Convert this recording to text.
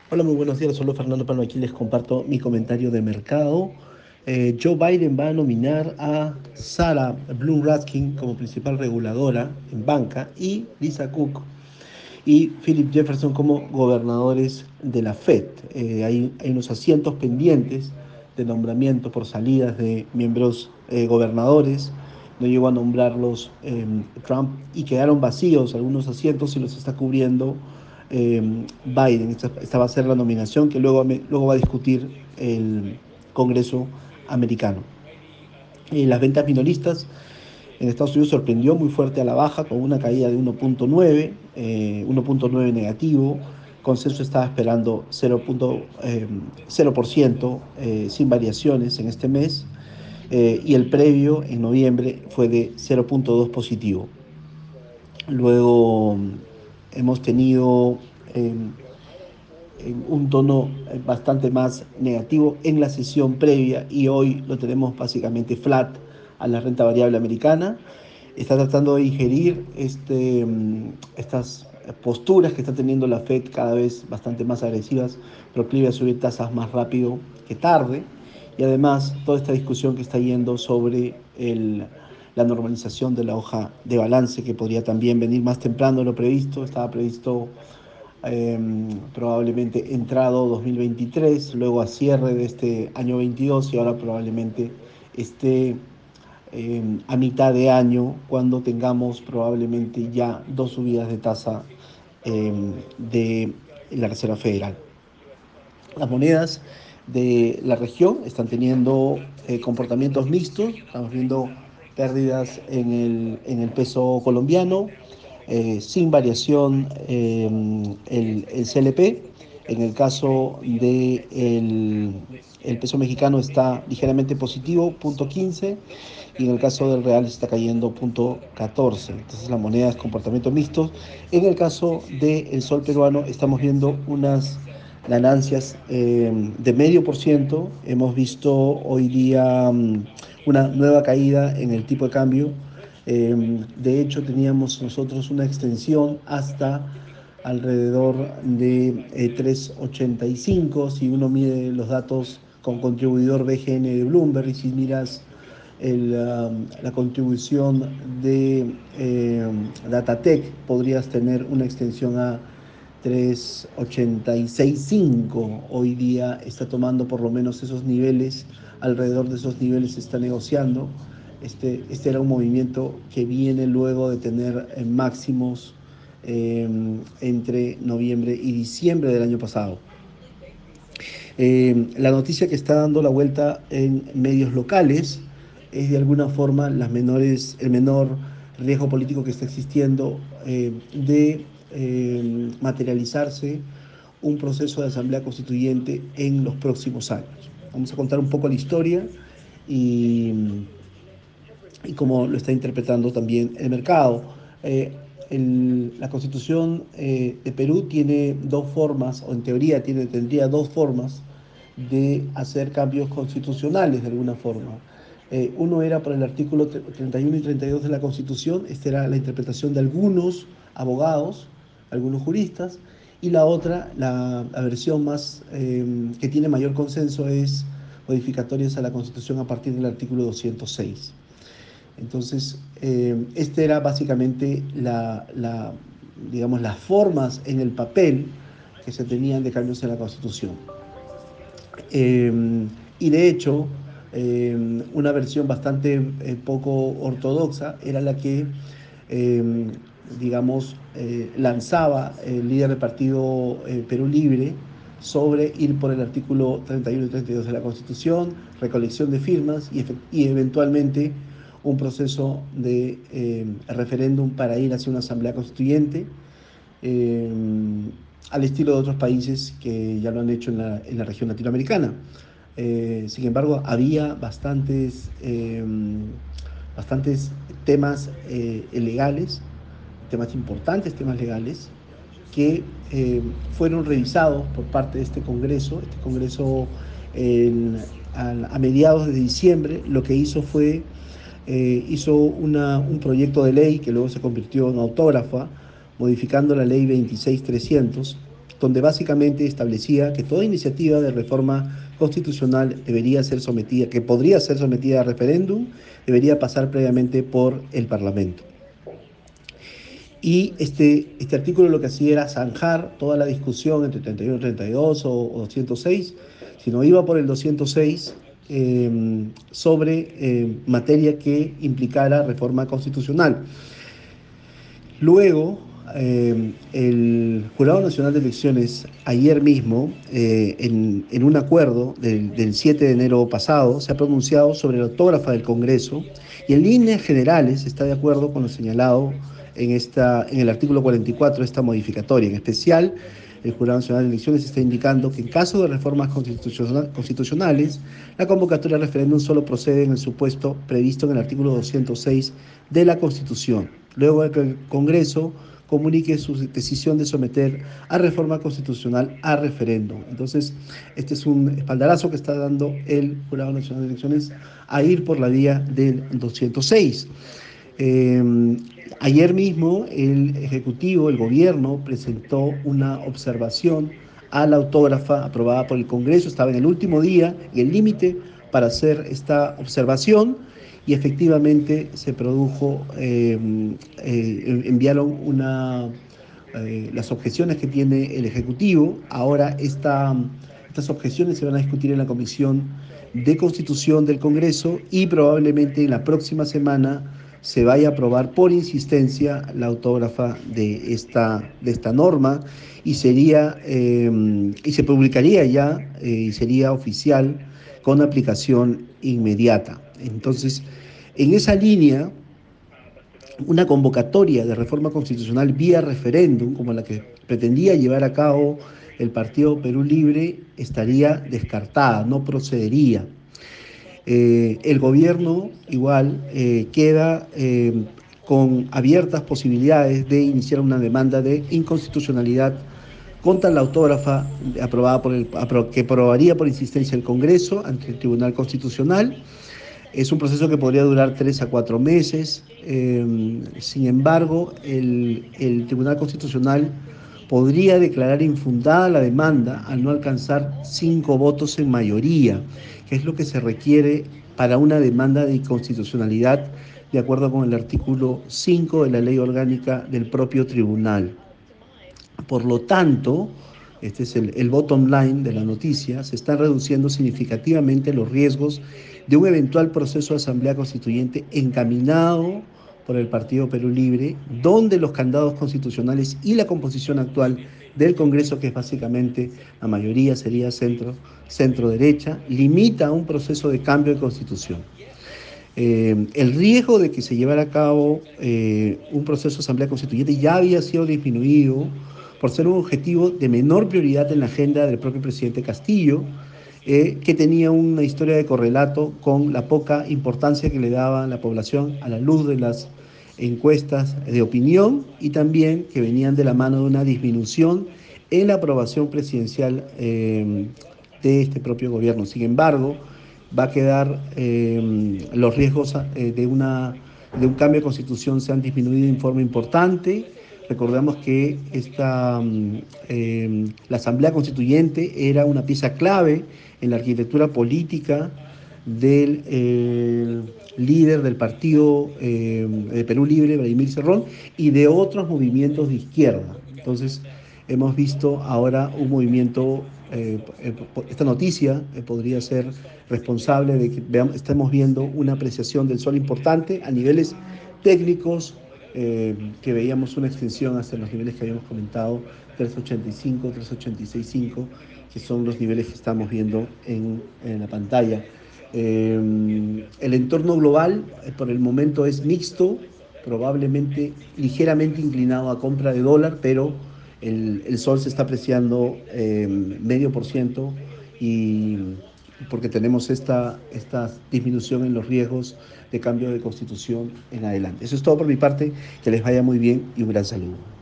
Hola, muy buenos días. Solo Fernando Pano. Aquí les comparto mi comentario de mercado. Joe Biden va a nominar a Sarah Bloom Raskin como principal reguladora en banca y Lisa Cook y Philip Jefferson como gobernadores de la Fed. Hay unos asientos pendientes de nombramiento por salidas de miembros gobernadores. No llegó a nombrarlos Trump y quedaron vacíos algunos asientos y los está cubriendo Biden. Esta va a ser la nominación que luego va a discutir el Congreso americano. Las ventas minoristas en Estados Unidos sorprendió muy fuerte a la baja con una caída de 1.9 negativo. Consenso estaba esperando 0%, sin variaciones en este mes, y el previo en noviembre fue de 0.2 positivo. Luego hemos tenido un tono bastante más negativo en la sesión previa y hoy lo tenemos básicamente flat a la renta variable americana. Está tratando de digerir estas posturas que está teniendo la Fed cada vez bastante más agresivas, proclive a subir tasas más rápido que tarde. Y además toda esta discusión que está yendo sobre la normalización de la hoja de balance, que podría también venir más temprano de lo previsto. Estaba previsto probablemente entrado 2023, luego a cierre de este año 22 y ahora probablemente esté a mitad de año cuando tengamos probablemente ya dos subidas de tasa eh, de la Reserva Federal. Las monedas de la región están teniendo comportamientos mixtos. Estamos viendo pérdidas en el peso colombiano, sin variación el CLP. En el caso el peso mexicano está ligeramente positivo, 0.15, y en el caso del real está cayendo 0.14. Entonces la moneda es comportamiento mixto. En el caso del sol peruano estamos viendo unas ganancias de 0,5%. Hemos visto hoy día una nueva caída en el tipo de cambio. De hecho, teníamos nosotros una extensión hasta alrededor de 3,85 si uno mide los datos con contribuidor BGN de Bloomberg. Y si miras la contribución de Datatec, podrías tener una extensión a 3,865. Hoy día está tomando por lo menos esos niveles, alrededor de esos niveles se está negociando. Este era un movimiento que viene luego de tener máximos eh, entre noviembre y diciembre del año pasado. La noticia que está dando la vuelta en medios locales es de alguna forma el menor riesgo político que está existiendo de materializarse un proceso de asamblea constituyente en los próximos años. Vamos a contar un poco la historia y, y cómo lo está interpretando también el mercado. Eh, la constitución de Perú tiene dos formas, o en teoría tendría dos formas de hacer cambios constitucionales de alguna forma. Uno era por el artículo 31 y 32 de la Constitución. Esta era la interpretación de algunos abogados, algunos juristas, y la otra, la versión más que tiene mayor consenso, es modificatorias a la Constitución a partir del artículo 206. Entonces, este era básicamente digamos, las formas en el papel que se tenían de cambios en la Constitución. Eh, y de hecho, una versión bastante poco ortodoxa era la que, eh, digamos, lanzaba el líder del partido Perú Libre sobre ir por el artículo 31 y 32 de la Constitución, recolección de firmas y eventualmente un proceso de referéndum para ir hacia una asamblea constituyente, eh, al estilo de otros países que ya lo han hecho en la región latinoamericana. Sin embargo, había bastantes temas legales, temas importantes, temas legales, que fueron revisados por parte de este Congreso. Este Congreso en, a mediados de diciembre lo que hizo fue hizo un proyecto de ley que luego se convirtió en autógrafa, modificando la ley 26300, donde básicamente establecía que toda iniciativa de reforma constitucional debería ser sometida, que podría ser sometida a referéndum, debería pasar previamente por el Parlamento. Y este artículo lo que hacía era zanjar toda la discusión entre 31 y 32 o 206, si no iba por el 206, sobre materia que implicara reforma constitucional. Luego, el Jurado Nacional de Elecciones, ayer mismo, en un acuerdo del 7 de enero pasado, se ha pronunciado sobre la autógrafa del Congreso y en líneas generales está de acuerdo con lo señalado en el artículo 44 de esta modificatoria. En especial, el Jurado Nacional de Elecciones está indicando que en caso de reformas constitucionales, la convocatoria de referéndum solo procede en el supuesto previsto en el artículo 206 de la Constitución, luego de que el Congreso comunique su decisión de someter a reforma constitucional a referéndum. Entonces, este es un espaldarazo que está dando el Jurado Nacional de Elecciones a ir por la vía del 206. Eh, Ayer mismo el Ejecutivo, el Gobierno, presentó una observación a la autógrafa aprobada por el Congreso. Estaba en el último día y el límite para hacer esta observación y efectivamente se produjo, enviaron las objeciones que tiene el Ejecutivo. Ahora estas objeciones se van a discutir en la Comisión de Constitución del Congreso y probablemente en la próxima semana se vaya a aprobar por insistencia la autógrafa de esta norma y y se publicaría ya y sería oficial con aplicación inmediata. Entonces, en esa línea, una convocatoria de reforma constitucional vía referéndum, como la que pretendía llevar a cabo el Partido Perú Libre, estaría descartada, no procedería. El gobierno igual queda con abiertas posibilidades de iniciar una demanda de inconstitucionalidad contra la autógrafa que aprobaría por insistencia el Congreso ante el Tribunal Constitucional. Es un proceso que podría durar 3 a 4 meses. Sin embargo, el Tribunal Constitucional podría declarar infundada la demanda al no alcanzar 5 votos en mayoría, que es lo que se requiere para una demanda de inconstitucionalidad, de acuerdo con el artículo 5 de la Ley Orgánica del propio tribunal. Por lo tanto, este es el bottom line de la noticia, se están reduciendo significativamente los riesgos de un eventual proceso de asamblea constituyente encaminado por el Partido Perú Libre, donde los candados constitucionales y la composición actual del Congreso, que es básicamente la mayoría sería centro-derecha, limita un proceso de cambio de constitución. El riesgo de que se llevara a cabo un proceso de asamblea constituyente ya había sido disminuido por ser un objetivo de menor prioridad en la agenda del propio presidente Castillo, que tenía una historia de correlato con la poca importancia que le daba la población a la luz de las encuestas de opinión y también que venían de la mano de una disminución en la aprobación presidencial de este propio gobierno. Sin embargo, va a quedar, los riesgos de un cambio de constitución se han disminuido en forma importante. Recordemos que la Asamblea Constituyente era una pieza clave en la arquitectura política del líder del partido de Perú Libre, Vladimir Cerrón, y de otros movimientos de izquierda. Entonces, hemos visto ahora un movimiento, esta noticia podría ser responsable de que estemos viendo una apreciación del sol importante a niveles técnicos, que veíamos una extensión hasta los niveles que habíamos comentado, 385, 386.5, que son los niveles que estamos viendo en la pantalla. El entorno global por el momento es mixto, probablemente ligeramente inclinado a compra de dólar, pero el sol se está apreciando 0,5% y porque tenemos esta disminución en los riesgos de cambio de constitución en adelante. Eso es todo por mi parte, que les vaya muy bien y un gran saludo.